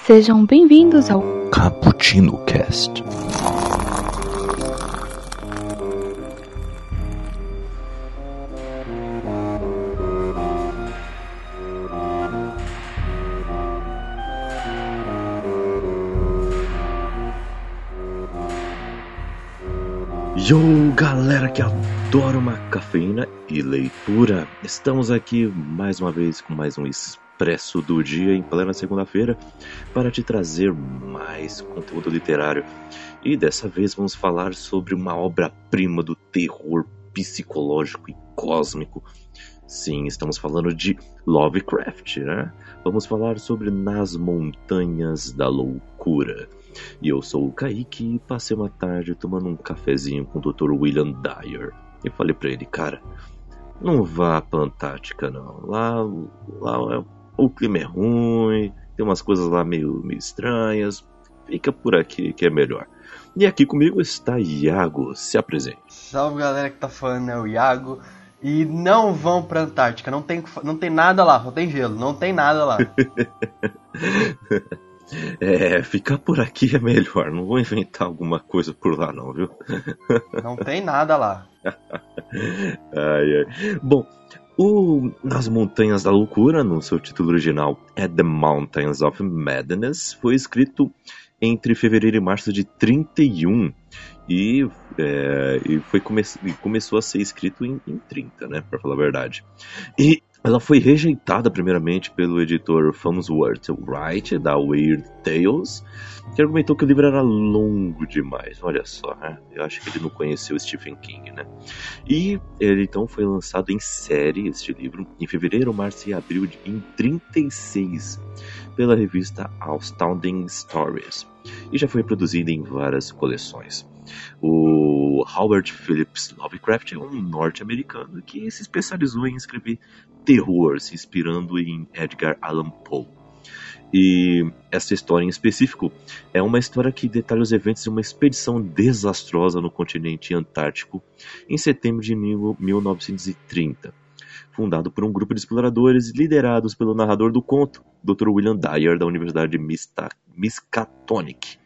Sejam bem-vindos ao Cappuccino Cast. Yo, galera que adora uma cafeína e leitura, estamos aqui mais uma vez com mais um Expresso do Dia em plena segunda-feira para te trazer mais conteúdo literário. E dessa vez vamos falar sobre uma obra-prima do terror psicológico e cósmico. Sim, estamos falando de Lovecraft, né? Vamos falar sobre Nas Montanhas da Loucura. E eu sou o Kaique e passei uma tarde tomando um cafezinho com o Dr. William Dyer. E falei pra ele, cara, não vá pra Antártica não. Lá o clima é ruim, tem umas coisas lá meio estranhas. Fica por aqui que é melhor. E aqui comigo está Iago, se apresente. Salve galera que tá falando, é o Iago. E não vão pra Antártica, não tem nada lá, só tem gelo, não tem nada lá. Ficar por aqui é melhor, não vou inventar alguma coisa por lá não, viu? Não tem nada lá. Ai. Bom, Nas Montanhas da Loucura, no seu título original é The Mountains of Madness, foi escrito entre fevereiro e março de 31 e começou a ser escrito em 30, né, pra falar a verdade. E ela foi rejeitada primeiramente pelo editor Farnsworth Wright, da Weird Tales, que argumentou que o livro era longo demais. Olha só, né? Eu acho que ele não conheceu Stephen King, né? E ele então foi lançado em série, este livro, em fevereiro, março e abril em 36, pela revista Astounding Stories, e já foi produzido em várias coleções. O Howard Phillips Lovecraft é um norte-americano que se especializou em escrever terror, se inspirando em Edgar Allan Poe. E essa história em específico é uma história que detalha os eventos de uma expedição desastrosa no continente antártico em setembro de 1930, fundado por um grupo de exploradores liderados pelo narrador do conto, Dr. William Dyer, da Universidade de Miskatonic.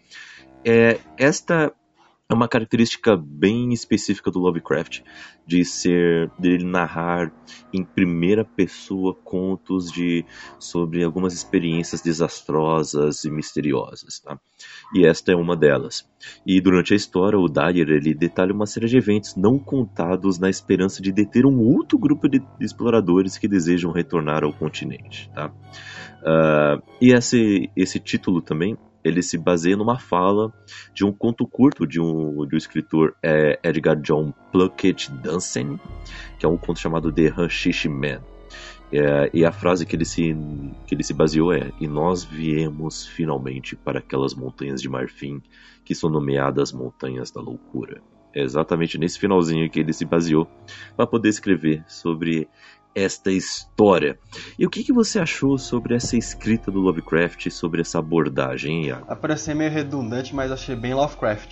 Esta é uma característica bem específica do Lovecraft, dele narrar em primeira pessoa contos sobre algumas experiências desastrosas e misteriosas, tá? E esta é uma delas. E durante a história, o Dyer ele detalha uma série de eventos não contados na esperança de deter um outro grupo de exploradores que desejam retornar ao continente, tá? E esse título também ele se baseia numa fala de um conto curto de um escritor Edgar John Plunkett Dunstan, que é um conto chamado The Hashish Man. E a frase que ele se baseou é: "E nós viemos finalmente para aquelas montanhas de marfim que são nomeadas Montanhas da Loucura." É exatamente nesse finalzinho que ele se baseou para poder escrever sobre esta história. E o que você achou sobre essa escrita do Lovecraft, sobre essa abordagem, Iago? Parece ser meio redundante, mas achei bem Lovecraft.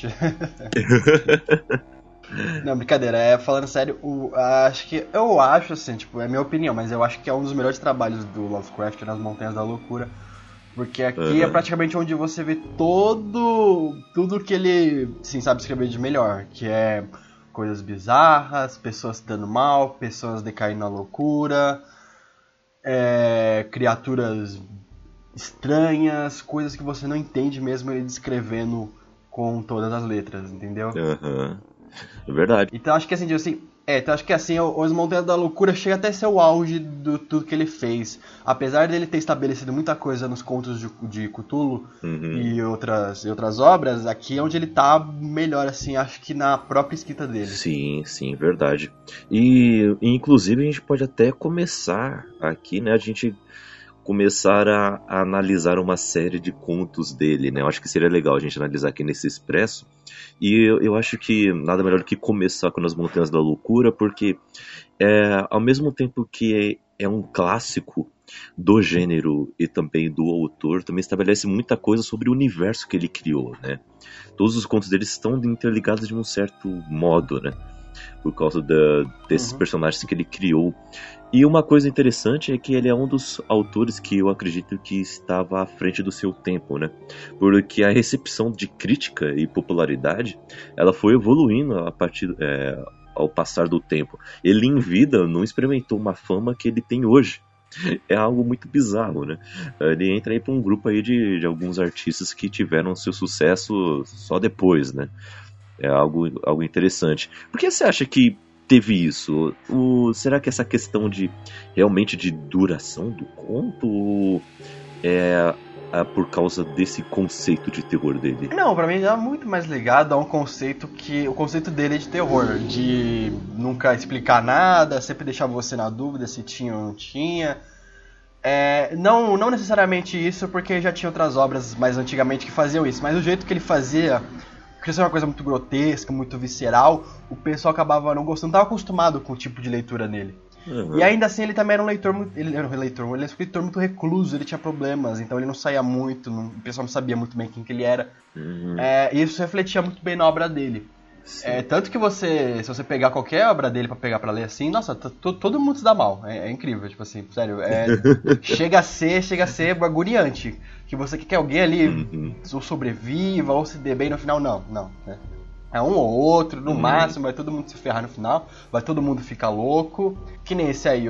Não, brincadeira, falando sério, eu acho assim, tipo, é minha opinião, mas eu acho que é um dos melhores trabalhos do Lovecraft nas Montanhas da Loucura, porque aqui é praticamente onde você vê tudo que ele, assim, sabe escrever de melhor, que é coisas bizarras, pessoas se dando mal, pessoas decaindo na loucura, criaturas estranhas, coisas que você não entende mesmo ele descrevendo com todas as letras, entendeu? É verdade. Então acho que assim, Os Montanhas da Loucura chega até a ser o auge do tudo que ele fez. Apesar dele ter estabelecido muita coisa nos contos de Cthulhu e outras obras, aqui é onde ele tá melhor, assim, acho que na própria escrita dele. Sim, verdade. E inclusive a gente pode até começar aqui, né? A gente começar a analisar uma série de contos dele, né? Eu acho que seria legal a gente analisar aqui nesse Expresso. E eu acho que nada melhor do que começar com Nas Montanhas da Loucura, porque ao mesmo tempo que é um clássico do gênero e também do autor, também estabelece muita coisa sobre o universo que ele criou, né? Todos os contos dele estão interligados de um certo modo, né? Por causa desses personagens que ele criou. E uma coisa interessante é que ele é um dos autores que eu acredito que estava à frente do seu tempo, né? Porque a recepção de crítica e popularidade, ela foi evoluindo a partir, ao passar do tempo. Ele em vida não experimentou uma fama que ele tem hoje. É algo muito bizarro, né? Ele entra aí para um grupo aí de alguns artistas que tiveram seu sucesso só depois, né? É algo interessante. Por que você acha que teve isso? Será que essa questão de realmente de duração do conto é por causa desse conceito de terror dele? Não, pra mim é muito mais ligado a um conceito que... O conceito dele é de terror, de nunca explicar nada, sempre deixar você na dúvida se tinha ou não tinha. Não necessariamente isso, porque já tinha outras obras mais antigamente que faziam isso, mas o jeito que ele fazia... Porque isso é uma coisa muito grotesca, muito visceral, o pessoal acabava não gostando, não estava acostumado com o tipo de leitura nele. Uhum. E ainda assim ele também era um leitor muito. Ele era um escritor muito recluso, ele tinha problemas, então ele não saía muito, o pessoal não sabia muito bem quem que ele era. Uhum. E isso refletia muito bem na obra dele. Tanto que se você pegar qualquer obra dele pra pegar pra ler assim, nossa, todo mundo se dá mal. É incrível, tipo assim, sério. Chega a ser agoniante. Que você quer que alguém ali ou sobreviva ou se dê bem no final, não. Né? É um ou outro, no máximo, vai todo mundo se ferrar no final, vai todo mundo ficar louco. Que nem esse aí,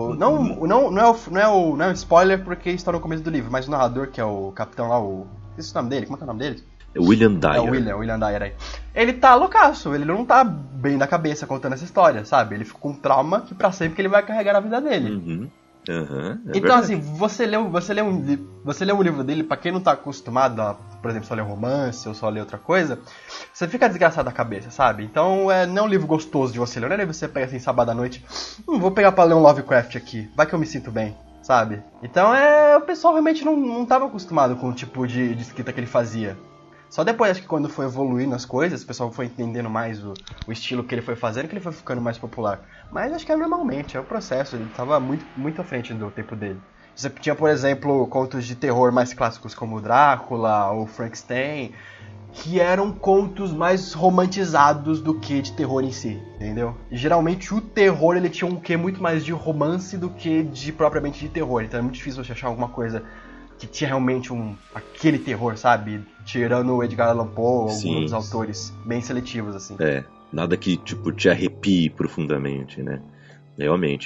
não é um spoiler porque está no começo do livro, mas o narrador, que é o capitão lá, esqueci o nome dele, como é que é o nome dele? William Dyer. William Dyer aí. Ele tá loucaço, ele não tá bem da cabeça contando essa história, sabe? Ele fica com um trauma que pra sempre ele vai carregar na vida dele. Então, assim, você lê um livro dele, pra quem não tá acostumado a, por exemplo, só ler romance ou só ler outra coisa, você fica desgraçado da cabeça, sabe? Então, não é um livro gostoso de você ler, não é um livro que você pega assim, sábado à noite, vou pegar pra ler um Lovecraft aqui, vai que eu me sinto bem, sabe? Então, o pessoal realmente não tava acostumado com o tipo de escrita que ele fazia. Só depois, acho que quando foi evoluindo as coisas, o pessoal foi entendendo mais o estilo que ele foi fazendo, que ele foi ficando mais popular. Mas acho que normalmente, é o processo, ele estava muito, muito à frente do tempo dele. Você tinha, por exemplo, contos de terror mais clássicos como Drácula ou Frankenstein, que eram contos mais romantizados do que de terror em si, entendeu? E, geralmente o terror ele tinha um quê muito mais de romance do que propriamente de terror, então é muito difícil você achar alguma coisa que tinha realmente aquele terror, sabe? Tirando o Edgar Allan Poe, alguns dos autores bem seletivos, assim. Nada que, tipo, te arrepie profundamente, né? Realmente.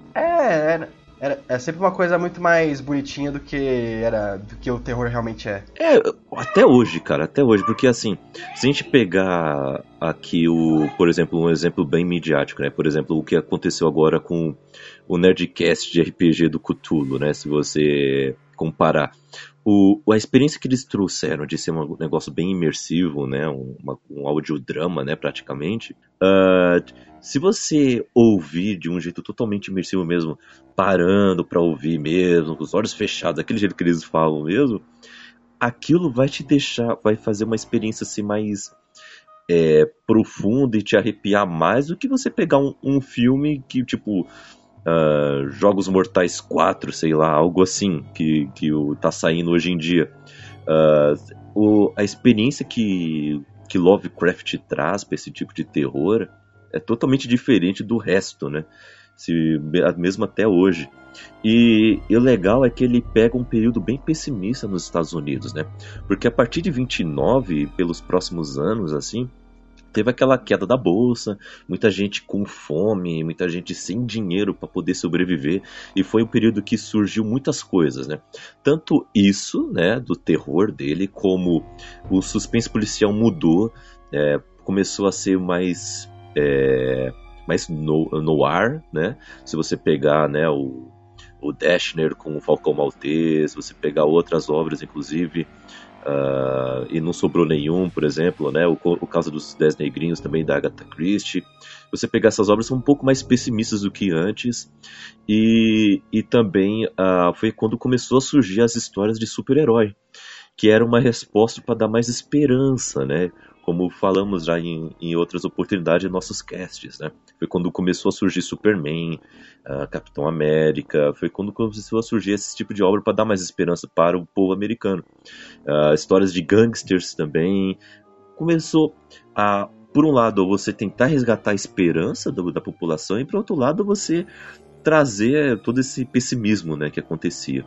É sempre uma coisa muito mais bonitinha do que o terror realmente é. Até hoje, cara, porque assim, se a gente pegar aqui por exemplo, um exemplo bem midiático, né? Por exemplo, o que aconteceu agora com o Nerdcast de RPG do Cthulhu, né? Se você comparar a experiência que eles trouxeram de ser um negócio bem imersivo, né, um audiodrama, né, praticamente, se você ouvir de um jeito totalmente imersivo mesmo, parando pra ouvir mesmo, com os olhos fechados, daquele jeito que eles falam mesmo, aquilo vai fazer uma experiência assim mais profunda e te arrepiar mais do que você pegar um filme que, tipo, Jogos Mortais 4, sei lá, algo assim que tá saindo hoje em dia. A experiência que Lovecraft traz para esse tipo de terror é totalmente diferente do resto, né? Mesmo até hoje. E o legal é que ele pega um período bem pessimista nos Estados Unidos, né? Porque a partir de 29, pelos próximos anos, assim, teve aquela queda da bolsa, muita gente com fome, muita gente sem dinheiro para poder sobreviver, e foi um período que surgiu muitas coisas, né? Tanto isso, né, do terror dele, como o suspense policial mudou, começou a ser mais noir, né? Se você pegar, né, o Dashner com o Falcão Maltês, você pegar outras obras, inclusive, e não sobrou nenhum, por exemplo, né? O caso dos 10 Negrinhos também da Agatha Christie. Você pegar essas obras são um pouco mais pessimistas do que antes, e também foi quando começou a surgir as histórias de super-herói, que era uma resposta para dar mais esperança, né? Como falamos já em outras oportunidades em nossos casts, né? Foi quando começou a surgir Superman, Capitão América, foi quando começou a surgir esse tipo de obra para dar mais esperança para o povo americano. Histórias de gangsters também. Começou por um lado, você tentar resgatar a esperança da população, e por outro lado, você trazer todo esse pessimismo, né, que acontecia.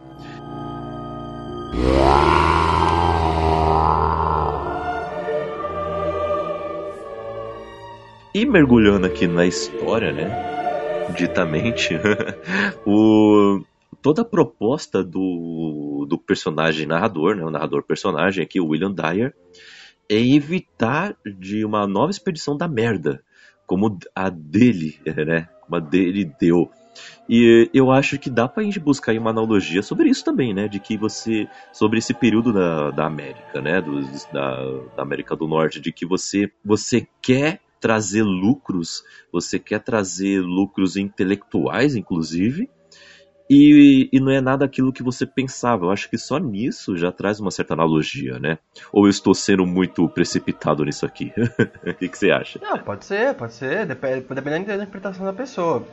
E mergulhando aqui na história, né, ditamente, toda a proposta do personagem narrador, né, o narrador-personagem aqui, o William Dyer, é evitar de uma nova expedição da merda, como a dele, né, como a dele deu. E eu acho que dá pra gente buscar aí uma analogia sobre isso também, né, de que sobre esse período da América, né, da América do Norte, de que você quer trazer lucros, você quer trazer lucros intelectuais, inclusive, e não é nada aquilo que você pensava. Eu acho que só nisso já traz uma certa analogia, né? Ou eu estou sendo muito precipitado nisso aqui? O que você acha? Não, pode ser. Dependendo da interpretação da pessoa.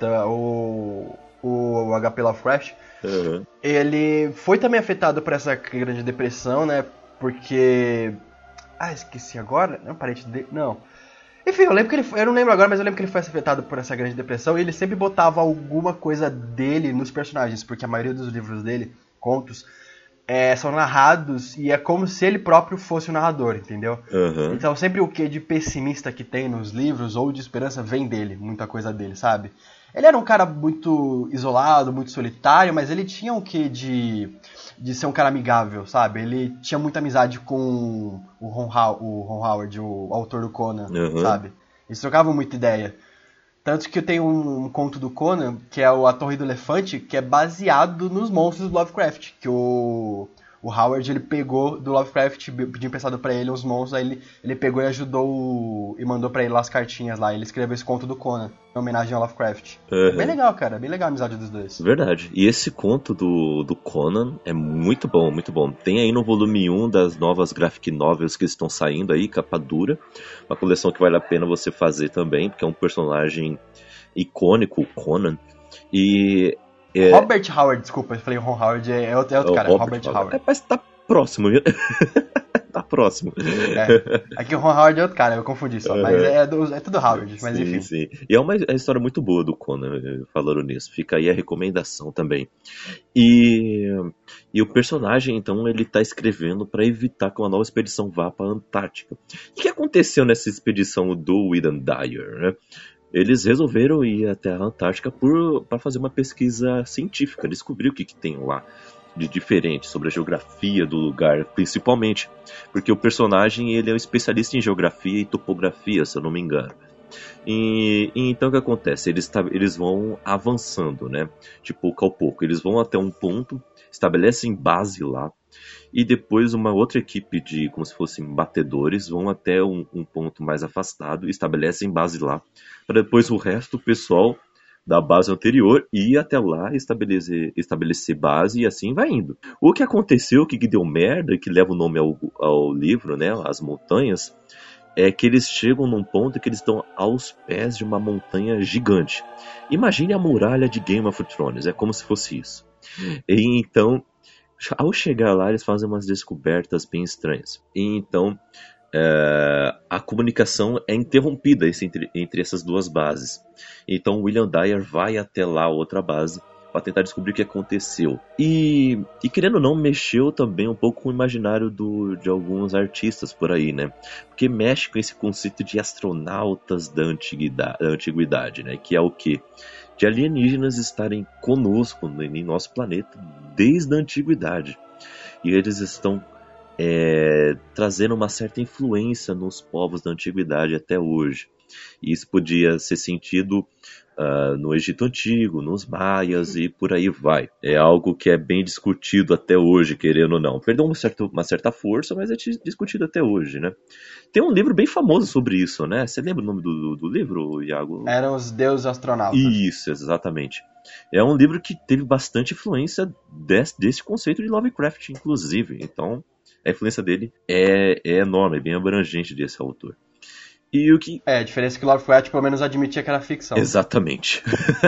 O H.P. Lovecraft, ele foi também afetado por essa grande depressão, né? Porque... esqueci agora. Não, parente dele... Não. Enfim, eu lembro que eu não lembro agora, mas eu lembro que ele foi afetado por essa grande depressão e ele sempre botava alguma coisa dele nos personagens, porque a maioria dos livros dele, contos, são narrados e é como se ele próprio fosse o narrador, entendeu? Uhum. Então sempre o que de pessimista que tem nos livros ou de esperança vem dele, muita coisa dele, sabe? Ele era um cara muito isolado, muito solitário, mas ele tinha o que de ser um cara amigável, sabe? Ele tinha muita amizade com o Ron Howard, o autor do Conan, sabe? Eles trocavam muita ideia. Tanto que eu tenho um conto do Conan, que é A Torre do Elefante, que é baseado nos monstros do Lovecraft, que o Howard, ele pegou do Lovecraft, pediu emprestado pra ele uns monstros, aí ele pegou e ajudou e mandou pra ele lá as cartinhas lá. Ele escreveu esse conto do Conan, em homenagem ao Lovecraft. É bem legal, cara, bem legal a amizade dos dois. Verdade. E esse conto do Conan é muito bom, muito bom. Tem aí no volume 1 das novas graphic novels que estão saindo aí, capa dura. Uma coleção que vale a pena você fazer também, porque é um personagem icônico, o Conan. E... Robert Howard, desculpa, eu falei Ron Howard, é outro cara, Robert Howard. Mas tá próximo, viu? Tá próximo. Aqui o Ron Howard é outro cara, eu confundi só, mas é tudo Howard, mas enfim. Sim. E é uma história muito boa do Conan, falando nisso. Fica aí a recomendação também. E o personagem, então, ele tá escrevendo para evitar que uma nova expedição vá para a Antártica. O que aconteceu nessa expedição do William Dyer, né? Eles resolveram ir até a Antártica para fazer uma pesquisa científica, descobrir o que tem lá de diferente sobre a geografia do lugar, principalmente, porque o personagem ele é um especialista em geografia e topografia, se eu não me engano. E então o que acontece? Eles vão avançando, né? Tipo, pouco a pouco. Eles vão até um ponto, estabelecem base lá, e depois uma outra equipe de, como se fossem batedores, vão até um ponto mais afastado e estabelecem base lá, para depois o resto do pessoal da base anterior ir até lá estabelecer base, e assim vai indo. O que aconteceu, o que deu merda, que leva o nome ao livro, né, As Montanhas, é que eles chegam num ponto que eles estão aos pés de uma montanha gigante. Imagine a muralha de Game of Thrones, é como se fosse isso. E então, ao chegar lá, eles fazem umas descobertas bem estranhas. E então, a comunicação é interrompida entre essas duas bases. Então, William Dyer vai até lá, a outra base, para tentar descobrir o que aconteceu. E querendo ou não, mexeu também um pouco com o imaginário de alguns artistas por aí, né? Porque mexe com esse conceito de astronautas da antiguidade, né? Que é o quê? De alienígenas estarem conosco em nosso planeta desde a antiguidade. E eles estão trazendo uma certa influência nos povos da antiguidade até hoje. E isso podia ser sentido no Egito Antigo, nos Maias e por aí vai. É algo que é bem discutido até hoje, querendo ou não. Perdeu uma certa força, mas é discutido até hoje, né? Tem um livro bem famoso sobre isso, né? Você lembra o nome do livro, Iago? Eram os Deuses Astronautas. Isso, exatamente. É um livro que teve bastante influência desse conceito de Lovecraft, inclusive. Então, a influência dele é enorme, é bem abrangente desse autor. E o que... a diferença é que o Lovecraft pelo menos admitia que era ficção. Exatamente.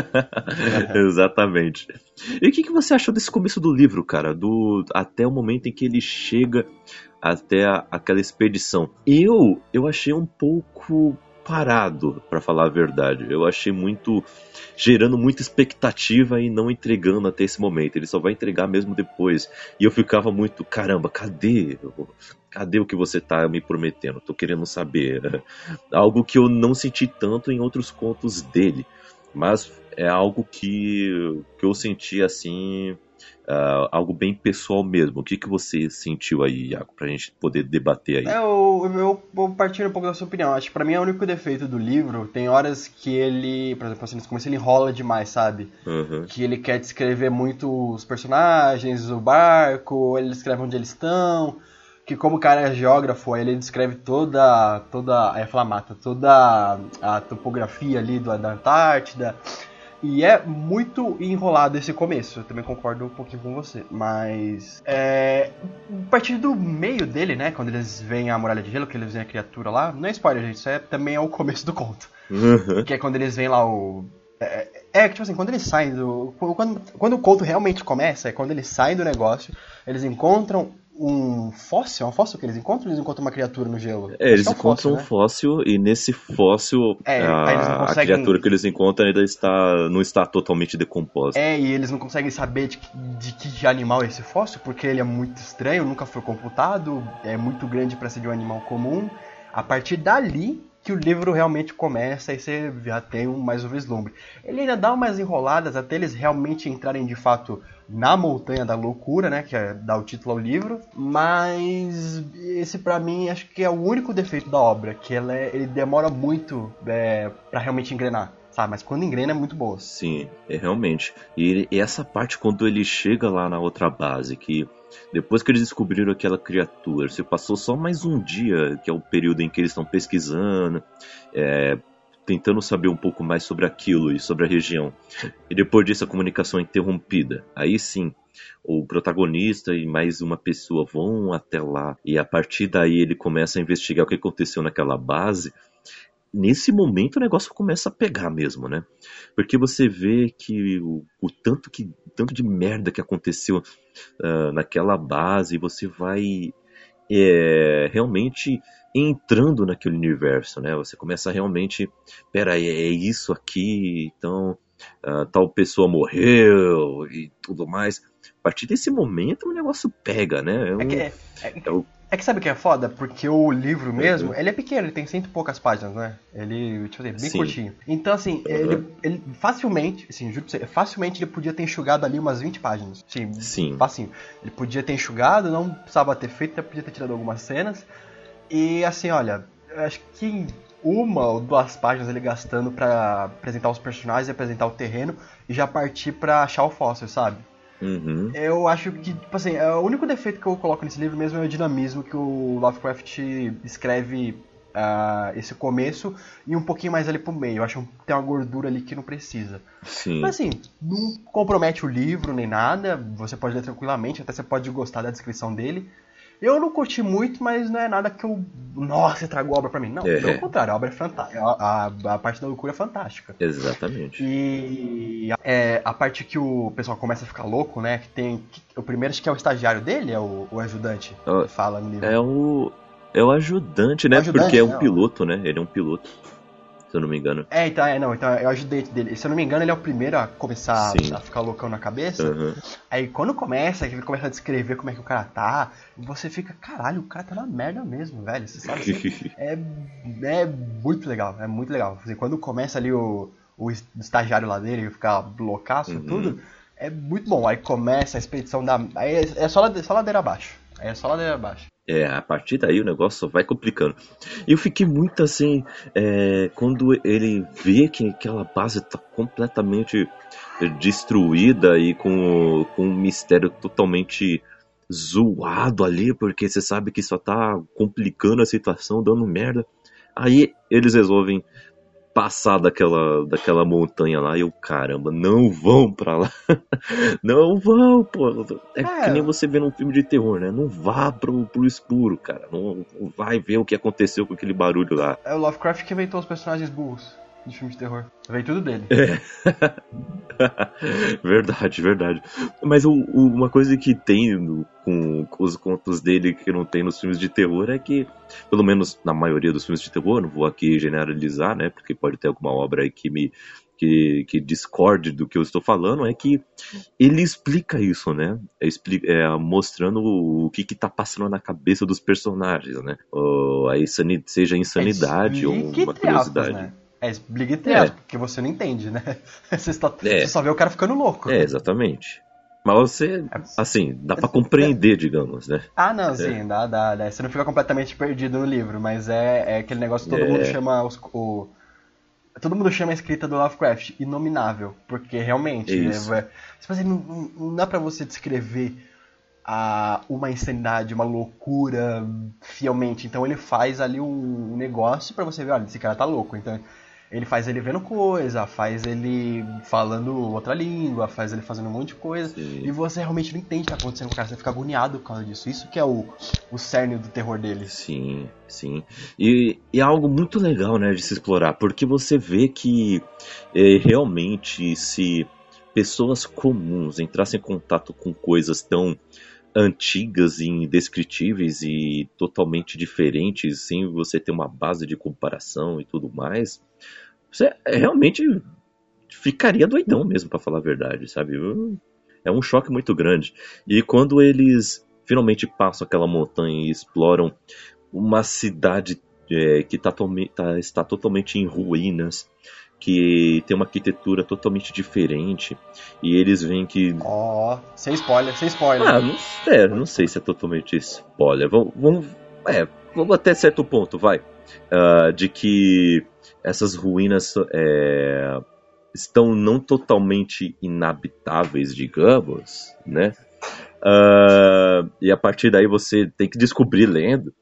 Exatamente. E o que você achou desse começo do livro, cara? Até o momento em que ele chega até aquela expedição. Eu achei um pouco parado, pra falar a verdade. Eu achei muito... gerando muita expectativa e não entregando até esse momento. Ele só vai entregar mesmo depois. E eu ficava muito, caramba, cadê? Cadê o que você tá me prometendo? Tô querendo saber. Algo que eu não senti tanto em outros contos dele. Mas é algo que eu senti assim... algo bem pessoal mesmo. O que você sentiu aí, Iago, pra gente poder debater aí? Eu vou partir um pouco da sua opinião. Acho que pra mim é o único defeito do livro. Tem horas que ele, por exemplo, assim, no começo ele enrola demais, sabe? Uhum. Que ele quer descrever muito os personagens, o barco, ele descreve onde eles estão. Que como o cara é geógrafo, aí ele descreve toda aí fala mata, toda a topografia ali da Antártida. E é muito enrolado esse começo, eu também concordo um pouquinho com você. Mas, a partir do meio dele, né, quando eles veem a muralha de gelo, que eles veem a criatura lá, não é spoiler, gente, isso também é o começo do conto. Uhum. Que é quando eles veem lá o... tipo assim, quando eles saem do... Quando o conto realmente começa, é quando eles saem do negócio, eles encontram um fóssil, que eles encontram uma criatura no gelo. Eles encontram um fóssil e nesse fóssil a criatura que eles encontram ainda não está totalmente decomposta. E eles não conseguem saber de que animal é esse fóssil, porque ele é muito estranho, nunca foi computado, é muito grande para ser de um animal comum. A partir dali que o livro realmente começa e você já tem mais um vislumbre. Ele ainda dá umas enroladas até eles realmente entrarem de fato na Montanha da Loucura, né, que dá o título ao livro, mas esse pra mim acho que é o único defeito da obra, que ele demora muito pra realmente engrenar, sabe, mas quando engrena é muito boa. Sim, realmente. E essa parte quando ele chega lá na outra base, que depois que eles descobriram aquela criatura, se passou só mais um dia, que é o período em que eles estão pesquisando, tentando saber um pouco mais sobre aquilo e sobre a região. E depois disso a comunicação é interrompida. Aí sim, o protagonista e mais uma pessoa vão até lá. E a partir daí ele começa a investigar o que aconteceu naquela base. Nesse momento o negócio começa a pegar mesmo, né? Porque você vê que o tanto de merda que aconteceu naquela base, você vai realmente entrando naquele universo, né? Você começa a realmente, peraí, é isso aqui, então tal pessoa morreu e tudo mais. A partir desse momento o negócio pega, né? É que sabe o que é foda? Porque o livro mesmo, ele é pequeno, ele tem 100 e poucas páginas, né? Ele, tipo assim, bem curtinho. Então, assim, ele facilmente, assim, juro pra você, facilmente ele podia ter enxugado ali umas 20 páginas. Sim. Facinho. Ele podia ter enxugado, não precisava ter feito, até podia ter tirado algumas cenas. E, assim, olha, eu acho que 1 ou 2 páginas ele gastando pra apresentar os personagens, apresentar o terreno e já partir pra achar o fóssil, sabe? Uhum. Eu acho que, tipo assim, o único defeito que eu coloco nesse livro mesmo é o dinamismo que o Lovecraft escreve esse começo e um pouquinho mais ali pro meio. Eu acho que tem uma gordura ali que não precisa. Sim. Mas assim, não compromete o livro nem nada, você pode ler tranquilamente, até você pode gostar da descrição dele. Eu não curti muito, mas não é nada que nossa, estragou a obra pra mim. Não, pelo contrário, a obra é fantástica. A parte da loucura é fantástica. Exatamente. E a parte que o pessoal começa a ficar louco, né? O primeiro acho que é o estagiário dele, é o ajudante, que fala no livro. É o ajudante, né? Porque é um piloto, né? Ele é um piloto, se eu não me engano. Então é o ajudante dele. Se eu não me engano, ele é o primeiro a começar a ficar loucão na cabeça. Uhum. Aí quando começa, ele começa a descrever como é que o cara tá, e você fica, caralho, o cara tá na merda mesmo, velho. Você sabe? É muito legal, é muito legal. Assim, quando começa ali o estagiário lá dele ficar loucaço e tudo, é muito bom. Aí começa a expedição aí é só ladeira abaixo. A partir daí o negócio só vai complicando. E eu fiquei muito assim, quando ele vê que aquela base tá completamente destruída e com um mistério totalmente zoado ali, porque você sabe que só tá complicando a situação, dando merda. Aí eles resolvem passar daquela montanha lá e eu, caramba, não vão pra lá. Não vão, pô. Que nem você vê num filme de terror, né? Não vá pro escuro, cara. Não vai ver o que aconteceu com aquele barulho lá. É o Lovecraft que inventou os personagens burros. de filme de terror. Vem tudo dele. Verdade. Mas uma coisa que tem com os contos dele que não tem nos filmes de terror é que, pelo menos na maioria dos filmes de terror, não vou aqui generalizar, né? Porque pode ter alguma obra aí que discorde do que eu estou falando, é que ele explica isso, né? Mostrando o que tá passando na cabeça dos personagens, né? Seja insanidade ou uma curiosidade. Né? Explica porque você não entende, né? Você só vê o cara ficando louco. Exatamente. Mas você, assim, dá pra compreender, digamos, né? Não, sim, dá. Você não fica completamente perdido no livro, mas é aquele negócio que todo mundo chama todo mundo chama a escrita do Lovecraft inominável, porque realmente tipo assim, não dá pra você descrever uma insanidade, uma loucura fielmente. Então ele faz ali um negócio pra você ver, olha, esse cara tá louco. Então ele faz ele vendo coisa, faz ele falando outra língua, faz ele fazendo um monte de coisa. Sim. E você realmente não entende o que tá acontecendo com o cara, você fica agoniado por causa disso. Isso que é o cerne do terror dele. Sim. E é algo muito legal, né, de se explorar, porque você vê que realmente se pessoas comuns entrassem em contato com coisas tão antigas e indescritíveis e totalmente diferentes, sem você ter uma base de comparação e tudo mais, você realmente ficaria doidão mesmo, pra falar a verdade, sabe? É um choque muito grande. E quando eles finalmente passam aquela montanha e exploram uma cidade que está totalmente em ruínas, que tem uma arquitetura totalmente diferente, e eles veem que... sem spoiler. Não sei se é totalmente spoiler. Vamos até certo ponto, vai. De que essas ruínas estão não totalmente inabitáveis, digamos, né? E a partir daí você tem que descobrir lendo.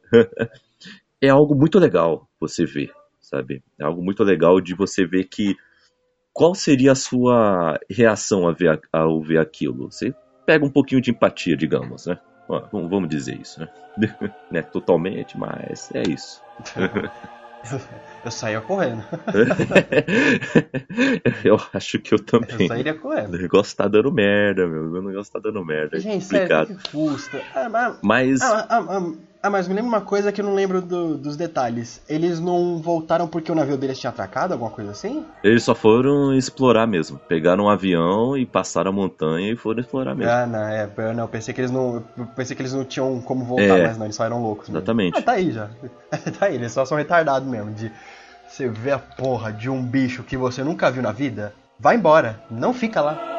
É algo muito legal você ver, sabe? É algo muito legal de você ver que qual seria a sua reação ao ver aquilo. Você pega um pouquinho de empatia, digamos, né? Vamos dizer isso, né? Não é totalmente, mas é isso. Eu saía correndo. Eu acho que eu também. Eu sairia correndo. O negócio tá dando merda, meu. O negócio tá dando merda. Gente, sério, que custa. Mas me lembra uma coisa que eu não lembro dos detalhes. Eles não voltaram porque o navio deles tinha atracado, alguma coisa assim? Eles só foram explorar mesmo. Pegaram um avião e passaram a montanha e foram explorar mesmo. Eu pensei que eles não tinham como voltar, mas não, eles só eram loucos mesmo. Exatamente. Tá aí já. Tá aí, eles só são retardados mesmo. De você ver a porra de um bicho que você nunca viu na vida, vai embora, não fica lá.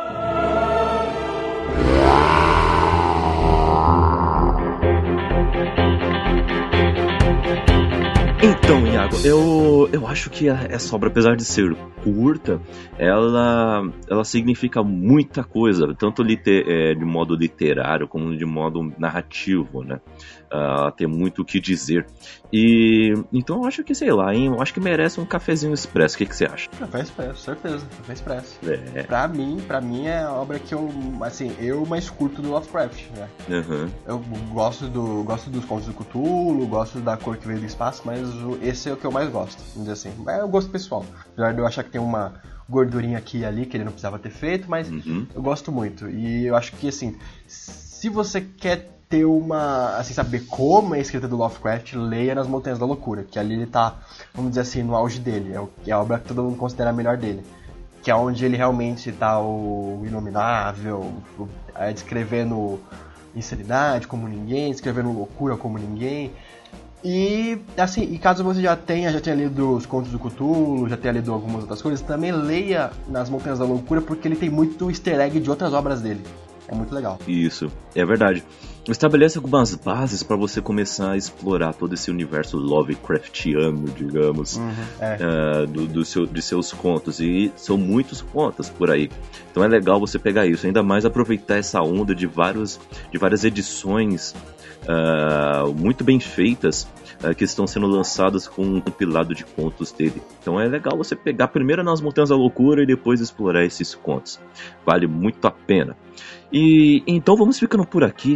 Então, Iago, eu acho que essa obra, apesar de ser curta, ela significa muita coisa, tanto de modo literário como de modo narrativo, né? Ela tem muito o que dizer. E então eu acho que, sei lá, hein? Eu acho que merece um cafezinho expresso. O que você acha? Café expresso, certeza, café expresso. Pra mim é a obra que eu mais curto do Lovecraft, né? Uhum. Eu gosto dos contos do Cthulhu, gosto da Cor que Veio do Espaço, mas esse é o que eu mais gosto, vamos dizer assim. É o gosto pessoal. Apesar de eu achar que tem uma gordurinha aqui e ali que ele não precisava ter feito, mas eu gosto muito. E eu acho que, assim, se você quer ter saber como é a escrita do Lovecraft, leia Nas Montanhas da Loucura, que ali ele tá, vamos dizer assim, no auge dele. É a obra que todo mundo considera a melhor dele. Que é onde ele realmente tá o inominável, descrevendo insanidade como ninguém, descrevendo loucura como ninguém. E caso você já tenha lido os contos do Cthulhu, já tenha lido algumas outras coisas, também leia Nas Montanhas da Loucura, porque ele tem muito easter egg de outras obras dele. É muito legal. Isso, é verdade. Estabelece algumas bases para você começar a explorar todo esse universo Lovecraftiano, digamos, de seus contos. E são muitos contos por aí. Então é legal você pegar isso, ainda mais aproveitar essa onda de várias edições muito bem feitas, que estão sendo lançadas com um compilado de contos dele. Então é legal você pegar primeiro Nas Montanhas da Loucura e depois explorar esses contos. Vale muito a pena. E então vamos ficando por aqui, tá, galera?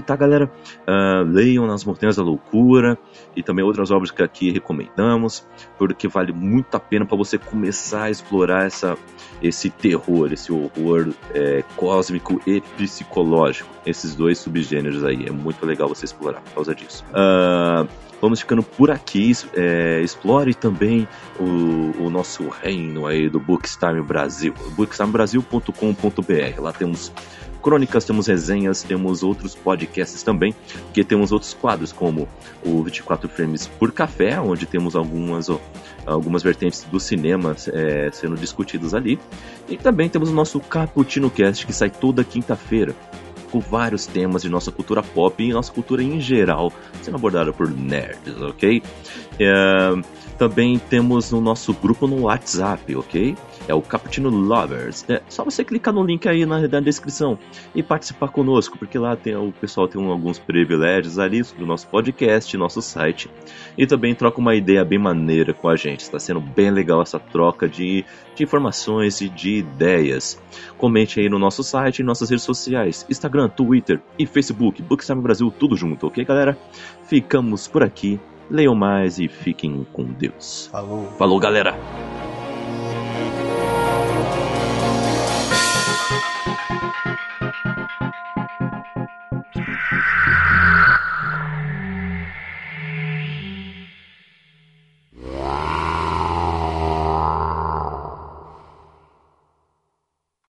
galera, leiam Nas Montanhas da Loucura e também outras obras que aqui recomendamos, porque vale muito a pena para você começar a explorar esse terror, esse horror cósmico e psicológico. Esses dois subgêneros aí, é muito legal você explorar por causa disso. Vamos ficando por aqui. Explore também o nosso reino aí do Bookstime Brasil, bookstimebrasil.com.br. Lá temos crônicas, temos resenhas, temos outros podcasts também, porque temos outros quadros como o 24 Frames por Café, onde temos algumas vertentes do cinema sendo discutidas ali, e também temos o nosso Cappuccino Cast, que sai toda quinta-feira, com vários temas de nossa cultura pop e nossa cultura em geral, sendo abordada por nerds, ok? Também temos o nosso grupo no WhatsApp, ok? É o Cappuccino Lovers. Só você clicar no link aí na descrição e participar conosco, porque lá o pessoal tem alguns privilégios ali sobre o nosso podcast, nosso site, e também troca uma ideia bem maneira com a gente. Está sendo bem legal essa troca de informações e de ideias. Comente aí no nosso site e nossas redes sociais, Instagram, Twitter e Facebook, Bookstime Brasil, tudo junto, ok, galera? Ficamos por aqui. Leiam mais e fiquem com Deus. Falou. Falou, galera!